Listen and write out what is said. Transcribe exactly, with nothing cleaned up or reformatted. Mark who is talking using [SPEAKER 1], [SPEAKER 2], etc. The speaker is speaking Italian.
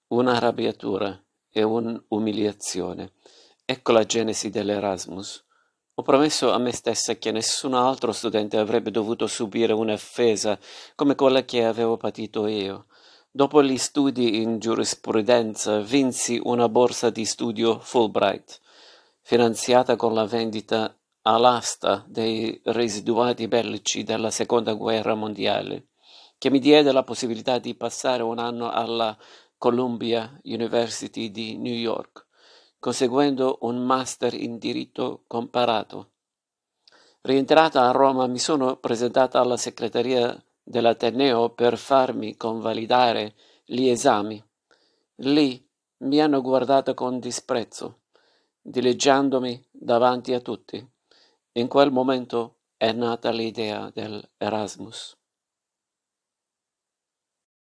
[SPEAKER 1] Un'arrabbiatura e un'umiliazione. Ecco la genesi dell'Erasmus. Ho promesso a me stessa che nessun altro studente avrebbe dovuto subire un'offesa come quella che avevo patito io. Dopo gli studi in giurisprudenza vinsi una borsa di studio Fulbright, finanziata con la vendita all'asta dei residuati bellici della Seconda Guerra Mondiale, che mi diede la possibilità di passare un anno alla Columbia University di New York, conseguendo un master in diritto comparato. Rientrata a Roma mi sono presentata alla segreteria dell'Ateneo per farmi convalidare gli esami. Lì mi hanno guardata con disprezzo, dileggiandomi davanti a tutti. In quel momento è nata l'idea dell'Erasmus.